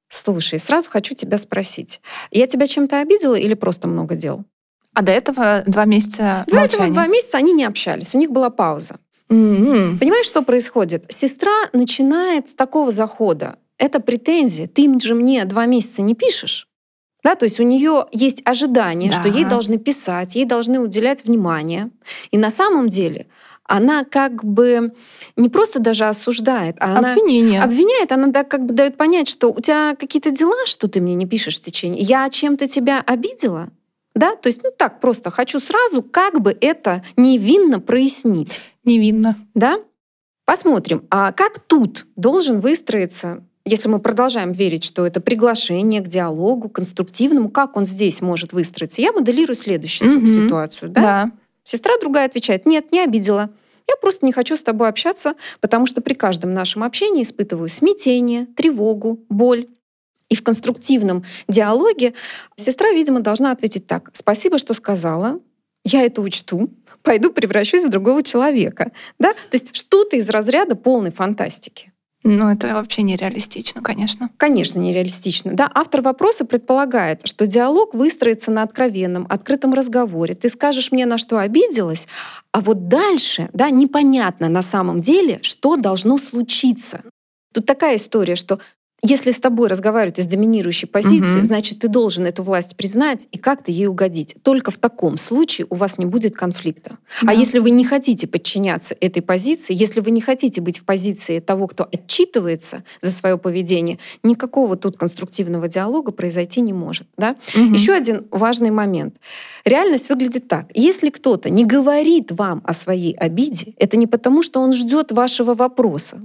Слушай, сразу хочу тебя спросить. Я тебя чем-то обидела или просто много дел? А до этого 2 месяца До молчания? этого 2 месяца они не общались, у них была пауза. Понимаешь, что происходит? Сестра начинает с такого захода. Это претензия. Ты же мне 2 месяца не пишешь. Да, то есть у нее есть ожидание, что ей должны писать, ей должны уделять внимание. И на самом деле она как бы не просто даже осуждает, а она обвиняет, она как бы дает понять, что у тебя какие-то дела, что ты мне не пишешь в течение. Я чем-то тебя обидела? Да, то есть, так просто хочу сразу как бы это невинно прояснить. Невинно. Да? Посмотрим, а как тут должен выстроиться, если мы продолжаем верить, что это приглашение к диалогу, конструктивному, как он здесь может выстроиться? Я моделирую следующую ситуацию. Да? Сестра другая отвечает: нет, не обидела. Я просто не хочу с тобой общаться, потому что при каждом нашем общении испытываю смятение, тревогу, боль. И в конструктивном диалоге сестра, видимо, должна ответить так: спасибо, что сказала, я это учту, пойду превращусь в другого человека. Да? То есть что-то из разряда полной фантастики. Это вообще нереалистично, конечно. Конечно, нереалистично. Да? Автор вопроса предполагает, что диалог выстроится на откровенном, открытом разговоре. Ты скажешь мне, на что обиделась, а вот дальше непонятно на самом деле, что должно случиться. Тут такая история, что если с тобой разговаривают из доминирующей позиции, значит, ты должен эту власть признать и как-то ей угодить. Только в таком случае у вас не будет конфликта. Да. А если вы не хотите подчиняться этой позиции, если вы не хотите быть в позиции того, кто отчитывается за свое поведение, никакого тут конструктивного диалога произойти не может. Да? Еще один важный момент. Реальность выглядит так. Если кто-то не говорит вам о своей обиде, это не потому, что он ждет вашего вопроса,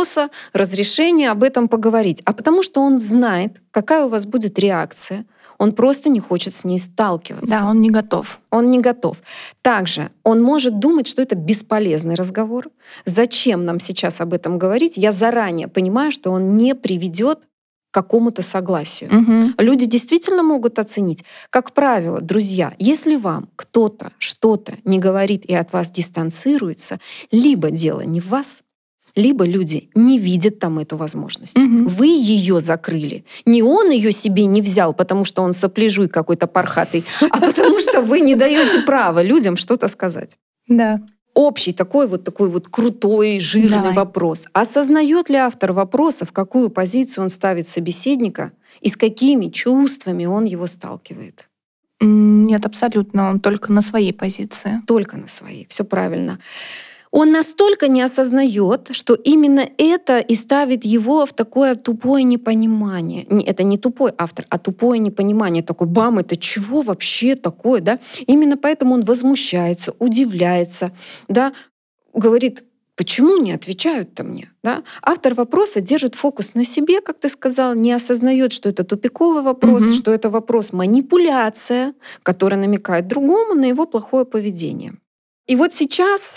разрешения об этом поговорить, а потому что он знает, какая у вас будет реакция. Он просто не хочет с ней сталкиваться. Да, он не готов. Он не готов. Также он может думать, что это бесполезный разговор. Зачем нам сейчас об этом говорить? Я заранее понимаю, что он не приведет к какому-то согласию. Люди действительно могут оценить. Как правило, друзья, если вам кто-то что-то не говорит и от вас дистанцируется, либо дело не в вас, либо люди не видят там эту возможность. Вы ее закрыли. Не он ее себе не взял, потому что он сопляжуй какой-то пархатый, а потому что вы не даете права людям что-то сказать. Да. Общий такой вот крутой, жирный вопрос. Осознает ли автор вопроса, в какую позицию он ставит собеседника и с какими чувствами он его сталкивает? Нет, абсолютно. Он только на своей позиции. Только на своей. Все правильно. Он настолько не осознает, что именно это и ставит его в такое тупое непонимание. Это не тупой автор, а тупое непонимание. Такой: бам, это чего вообще такое? Да? Именно поэтому он возмущается, удивляется, да? Говорит: почему не отвечают-то мне? Да? Автор вопроса держит фокус на себе, как ты сказал, не осознает, что это тупиковый вопрос, что это вопрос манипуляция, которая намекает другому на его плохое поведение. И вот сейчас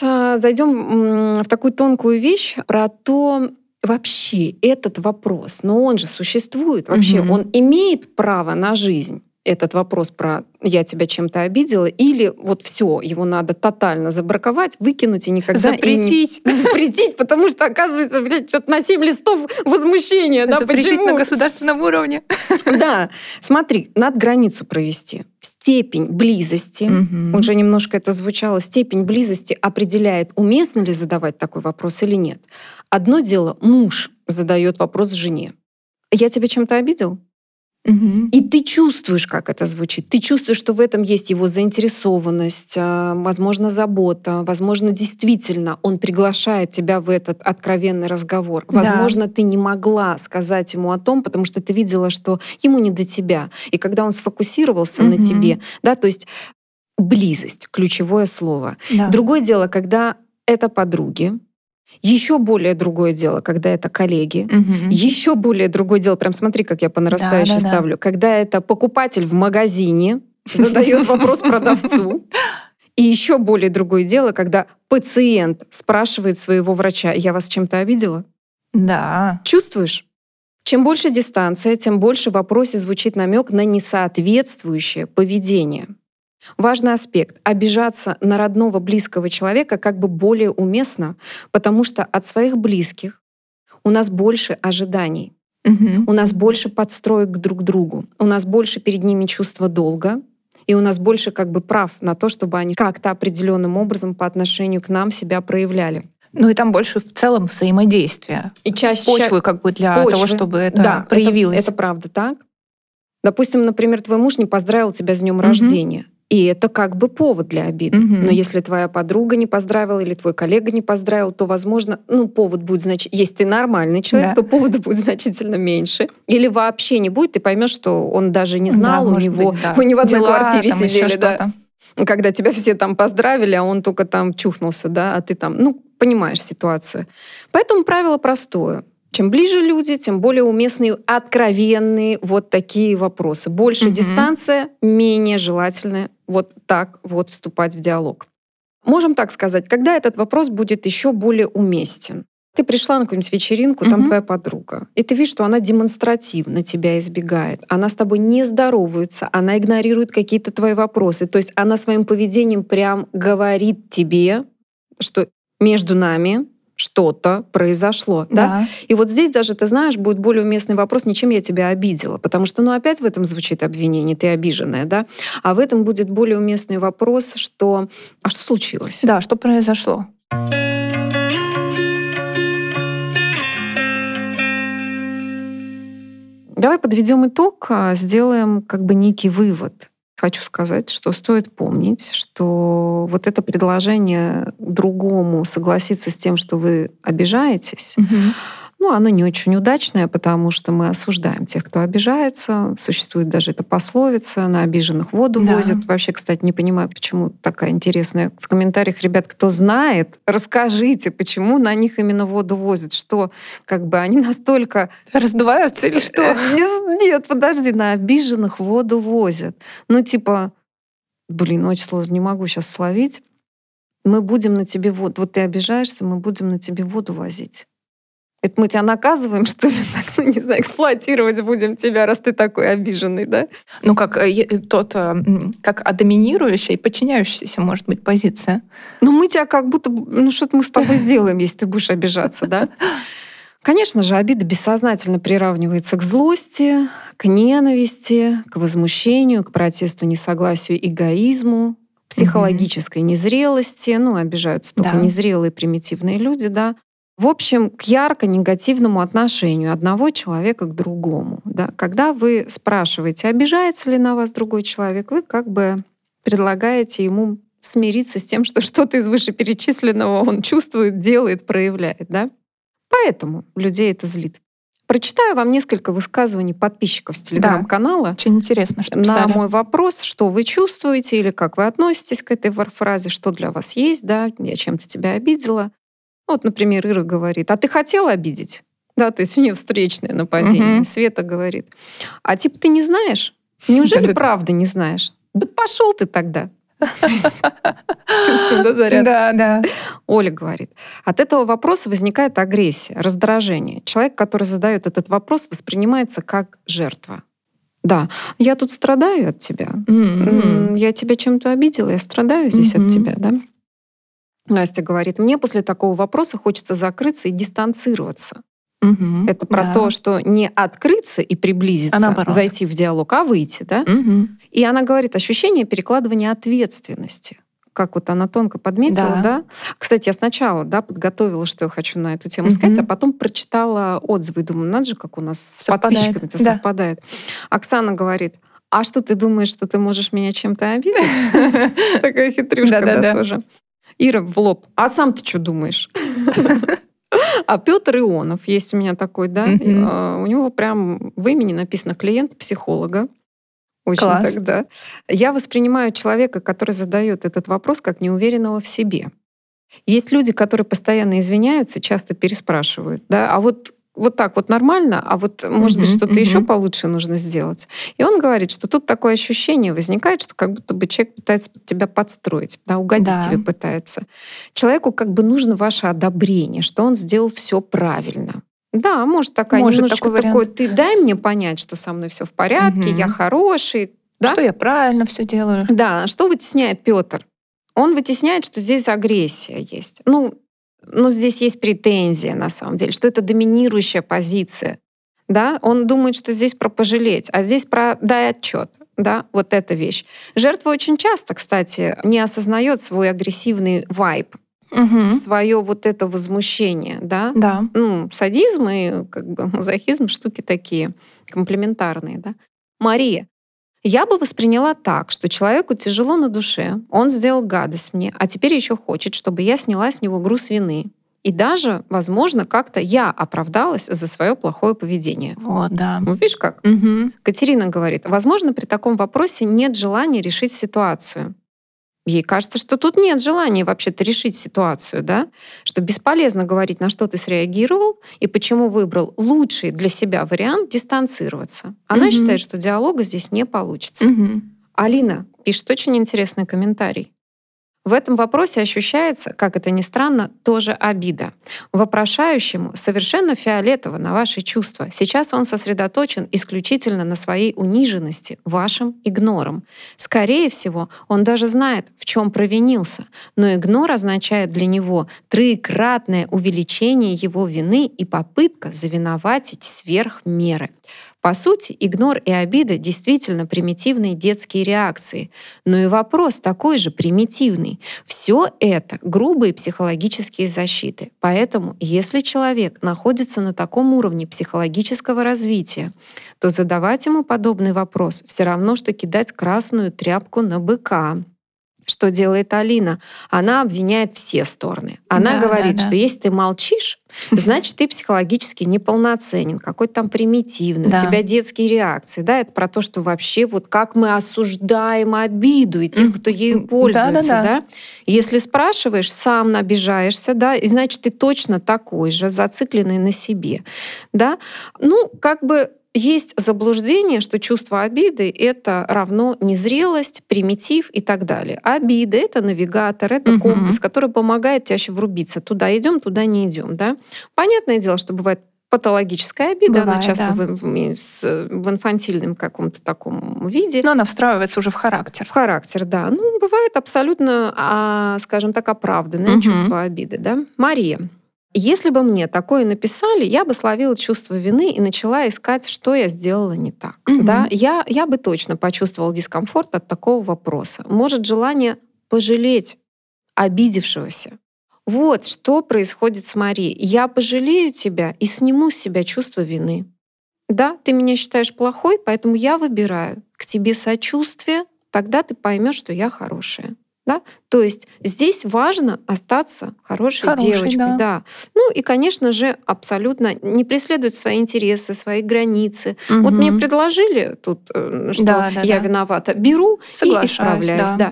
зайдем в такую тонкую вещь про то, вообще этот вопрос, но он же существует, вообще он имеет право на жизнь. Этот вопрос про «я тебя чем-то обидела» или вот все, его надо тотально забраковать, выкинуть и никогда... Запретить. Запретить, потому что, оказывается, что-то на 7 листов возмущения. Запретить почему? На государственном уровне. Да, смотри, надо границу провести. Степень близости, уже немножко это звучало, степень близости определяет, уместно ли задавать такой вопрос или нет. Одно дело, муж задает вопрос жене: «Я тебя чем-то обидел?» И ты чувствуешь, как это звучит. Ты чувствуешь, что в этом есть его заинтересованность, возможно, забота, возможно, действительно он приглашает тебя в этот откровенный разговор. Возможно, ты не могла сказать ему о том, потому что ты видела, что ему не до тебя. И когда он сфокусировался на тебе, да, то есть близость — ключевое слово. Да. Другое дело, когда это подруги. Еще более другое дело, когда это коллеги. Еще более другое дело, прям смотри, как я по нарастающей ставлю, когда это покупатель в магазине задает вопрос продавцу. И еще более другое дело, когда пациент спрашивает своего врача: «Я вас чем-то обидела?» Да. Чувствуешь? Чем больше дистанция, тем больше в вопросе звучит намек на несоответствующее поведение. Важный аспект. Обижаться на родного, близкого человека как бы более уместно, потому что от своих близких у нас больше ожиданий. У нас больше подстроек друг к другу. У нас больше перед ними чувства долга. И у нас больше как бы прав на то, чтобы они как-то определенным образом по отношению к нам себя проявляли. Ну и там больше в целом взаимодействия. И почвы как бы для того, чтобы это проявилось. Это правда так. Допустим, например, твой муж не поздравил тебя с днем рождения. И это как бы повод для обиды. Но если твоя подруга не поздравила или твой коллега не поздравил, то, возможно, повод будет значительно... Если ты нормальный человек, то повода будет значительно меньше. Или вообще не будет, ты поймешь, что он даже не знал, у него вы не в одной квартире сидели, да. Когда тебя все там поздравили, а он только там чухнулся, да, а ты там, понимаешь ситуацию. Поэтому правило простое. Чем ближе люди, тем более уместные, откровенные вот такие вопросы. Больше дистанция, менее желательно вот так вот вступать в диалог. Можем так сказать, когда этот вопрос будет еще более уместен. Ты пришла на какую-нибудь вечеринку, там твоя подруга, и ты видишь, что она демонстративно тебя избегает. Она с тобой не здоровается, она игнорирует какие-то твои вопросы. То есть она своим поведением прям говорит тебе, что между нами что-то произошло. Да? И вот здесь даже, ты знаешь, будет более уместный вопрос, ничем я тебя обидела. Потому что, опять в этом звучит обвинение, ты обиженная, да? А в этом будет более уместный вопрос, что «а что случилось?» Да, что произошло? Давай подведем итог, сделаем как бы некий вывод. Хочу сказать, что стоит помнить, что вот это предложение другому согласиться с тем, что вы обижаетесь, оно не очень удачное, потому что мы осуждаем тех, кто обижается. Существует даже эта пословица «на обиженных воду возят». Вообще, кстати, не понимаю, почему такая интересная. В комментариях, ребят, кто знает, расскажите, почему на них именно воду возят. Что, как бы, они настолько... Раздуваются или что? Нет, подожди, на обиженных воду возят. Очень сложно, не могу сейчас словить. Мы будем на тебе воду... Вот ты обижаешься, мы будем на тебе воду возить. Это мы тебя наказываем, что ли? Не знаю, эксплуатировать будем тебя, раз ты такой обиженный, да? Как доминирующая и подчиняющаяся, может быть, позиция. Мы тебя как будто... что-то мы с тобой сделаем, если ты будешь обижаться, да? Конечно же, обида бессознательно приравнивается к злости, к ненависти, к возмущению, к протесту, несогласию, эгоизму, психологической незрелости. Обижаются только незрелые примитивные люди, да. В общем, к ярко негативному отношению одного человека к другому. Да? Когда вы спрашиваете, обижается ли на вас другой человек, вы как бы предлагаете ему смириться с тем, что что-то из вышеперечисленного он чувствует, делает, проявляет. Да? Поэтому людей это злит. Прочитаю вам несколько высказываний подписчиков с телеграм-канала. Очень интересно, что писали. На мой вопрос, что вы чувствуете или как вы относитесь к этой фразе, что для вас есть, да, я чем-то тебя обидела. Например, Ира говорит, а ты хотела обидеть? Да, то есть у нее встречное нападение. Света говорит, а ты не знаешь? Неужели правда не знаешь? Да пошел ты тогда. Чувствую, да, заряд? Да. Оля говорит, от этого вопроса возникает агрессия, раздражение. Человек, который задает этот вопрос, воспринимается как жертва. Да, я тут страдаю от тебя. Я тебя чем-то обидела, я страдаю здесь от тебя, да? Настя говорит, мне после такого вопроса хочется закрыться и дистанцироваться. Это про то, что не открыться и приблизиться, зайти в диалог, а выйти, да? И она говорит, ощущение перекладывания ответственности. Как она тонко подметила, да? Кстати, я сначала подготовила, что я хочу на эту тему сказать, а потом прочитала отзывы и думаю, надо же, как у нас с подписчиками-то совпадает. Оксана говорит, а что ты думаешь, что ты можешь меня чем-то обидеть? Такая хитрюшка тоже. Ира в лоб. А сам ты что думаешь? А Петр Ионов, есть у меня такой, да, у него прям в имени написано клиент психолога. Очень Класс. тогда. Я воспринимаю человека, который задает этот вопрос, как неуверенного в себе. Есть люди, которые постоянно извиняются, часто переспрашивают, да, а вот так вот нормально, а может быть, что-то еще получше нужно сделать. И он говорит, что тут такое ощущение возникает, что как будто бы человек пытается тебя подстроить, да, угодить тебе пытается. Человеку как бы нужно ваше одобрение, что он сделал все правильно. Да, может немножечко такой, ты дай мне понять, что со мной все в порядке, я хороший. Да? Что я правильно все делаю. Да, что вытесняет Петр? Он вытесняет, что здесь агрессия есть. Здесь есть претензия, на самом деле, что это доминирующая позиция. Да? Он думает, что здесь про пожалеть, а здесь про дай отчет. Да? Вот эта вещь. Жертва очень часто, кстати, не осознает свой агрессивный вайб, свое вот это возмущение. Да? Да. Садизм и как бы мазохизм — штуки такие комплементарные. Да? Мария, я бы восприняла так, что человеку тяжело на душе, он сделал гадость мне, а теперь еще хочет, чтобы я сняла с него груз вины. И даже, возможно, как-то я оправдалась за свое плохое поведение. Вот, да. Видишь как? Катерина говорит, возможно, при таком вопросе нет желания решить ситуацию. Ей кажется, что тут нет желания вообще-то решить ситуацию, да? Что бесполезно говорить, на что ты среагировал и почему выбрал лучший для себя вариант дистанцироваться. Она считает, что диалога здесь не получится. Алина пишет очень интересный комментарий. В этом вопросе ощущается, как это ни странно, тоже обида. Вопрошающему совершенно фиолетово на ваши чувства. Сейчас он сосредоточен исключительно на своей униженности, вашим игнором. Скорее всего, он даже знает, в чем провинился, но игнор означает для него троекратное увеличение его вины и попытка завиноватить сверх меры. По сути, игнор и обида действительно примитивные детские реакции. Но и вопрос такой же примитивный. Все это грубые психологические защиты. Поэтому, если человек находится на таком уровне психологического развития, то задавать ему подобный вопрос все равно, что кидать красную тряпку на быка. Что делает Алина? Она обвиняет все стороны. Она говорит, что если ты молчишь, значит, ты психологически неполноценен, какой-то там примитивный, у тебя детские реакции. Да, это про то, что вообще вот как мы осуждаем обиду и тех, кто ею пользуется. Да? Если спрашиваешь, сам обижаешься, да, и значит, ты точно такой же, зацикленный на себе. Да? Есть заблуждение, что чувство обиды — это равно незрелость, примитив и так далее. Обида — это навигатор, это компас, который помогает чаще врубиться. Туда идем, туда не идем. Да? Понятное дело, что бывает патологическая обида, она часто в инфантильном каком-то таком виде. Но она встраивается уже в характер. В характер, да. Бывает абсолютно, скажем так, оправданное чувство обиды. Да? Мария. Если бы мне такое написали, я бы словила чувство вины и начала искать, что я сделала не так. Да? Я бы точно почувствовала дискомфорт от такого вопроса. Может, желание пожалеть обидевшегося. Вот что происходит с Марией. Я пожалею тебя и сниму с себя чувство вины. Да, ты меня считаешь плохой, поэтому я выбираю к тебе сочувствие, тогда ты поймешь, что я хорошая. Да? То есть здесь важно остаться хорошей девочкой. Да. И, конечно же, абсолютно не преследовать свои интересы, свои границы. Вот мне предложили тут, что я виновата. Беру и исправляюсь. Да.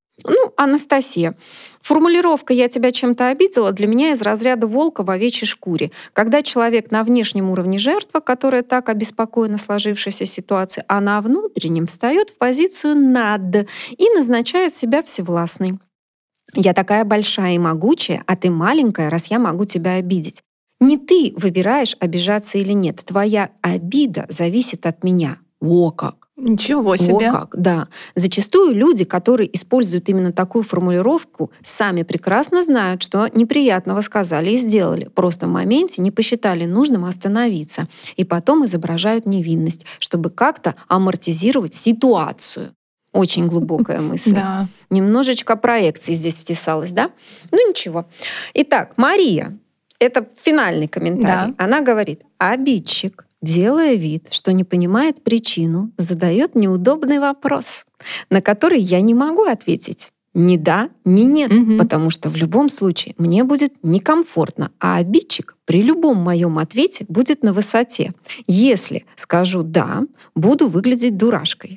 Анастасия. Формулировка «я тебя чем-то обидела» для меня из разряда волка в овечьей шкуре. Когда человек на внешнем уровне жертва, которая так обеспокоена сложившейся ситуацией, а на внутреннем встает в позицию «над» и назначает себя всевластной. «Я такая большая и могучая, а ты маленькая, раз я могу тебя обидеть». Не ты выбираешь, обижаться или нет. Твоя обида зависит от меня. О как! Ничего себе. О как, да. Зачастую люди, которые используют именно такую формулировку, сами прекрасно знают, что неприятного сказали и сделали. Просто в моменте не посчитали нужным остановиться. И потом изображают невинность, чтобы как-то амортизировать ситуацию. Очень глубокая мысль. Да. Немножечко проекции здесь втесалось, да? Ничего. Итак, Мария, это финальный комментарий. Да. Она говорит, обидчик, делая вид, что не понимает причину, задает неудобный вопрос, на который я не могу ответить ни да, ни нет, потому что в любом случае мне будет некомфортно, а обидчик при любом моем ответе будет на высоте. Если скажу «да», буду выглядеть дурашкой.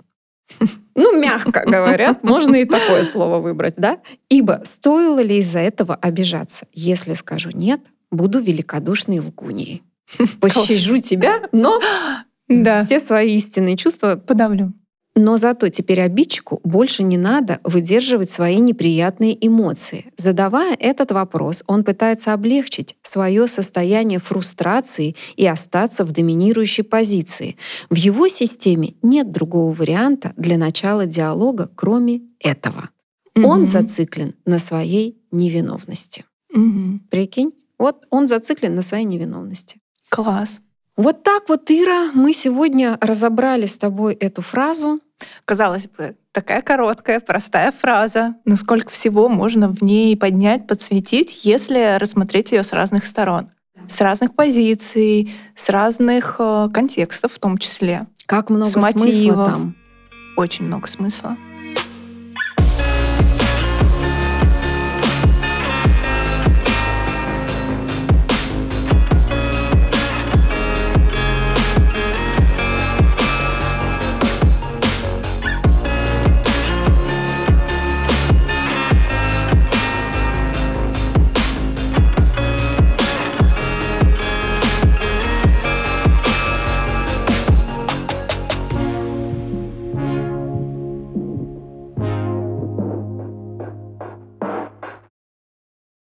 Мягко говоря, можно и такое слово выбрать, да? Ибо стоило ли из-за этого обижаться? Если скажу «нет», буду великодушной лгуньей. Пощажу тебя, но все свои истинные чувства подавлю. Но зато теперь обидчику больше не надо выдерживать свои неприятные эмоции. Задавая этот вопрос, он пытается облегчить свое состояние фрустрации и остаться в доминирующей позиции. В его системе нет другого варианта для начала диалога, кроме этого. Он зациклен на своей невиновности. Прикинь? Вот он зациклен на своей невиновности. Класс. Вот так вот, Ира, мы сегодня разобрали с тобой эту фразу. Казалось бы, такая короткая, простая фраза. Но сколько всего можно в ней поднять, подсветить, если рассмотреть ее с разных сторон, с разных позиций, с разных контекстов в том числе. Как много с мотивов. смысла там. Очень много смысла.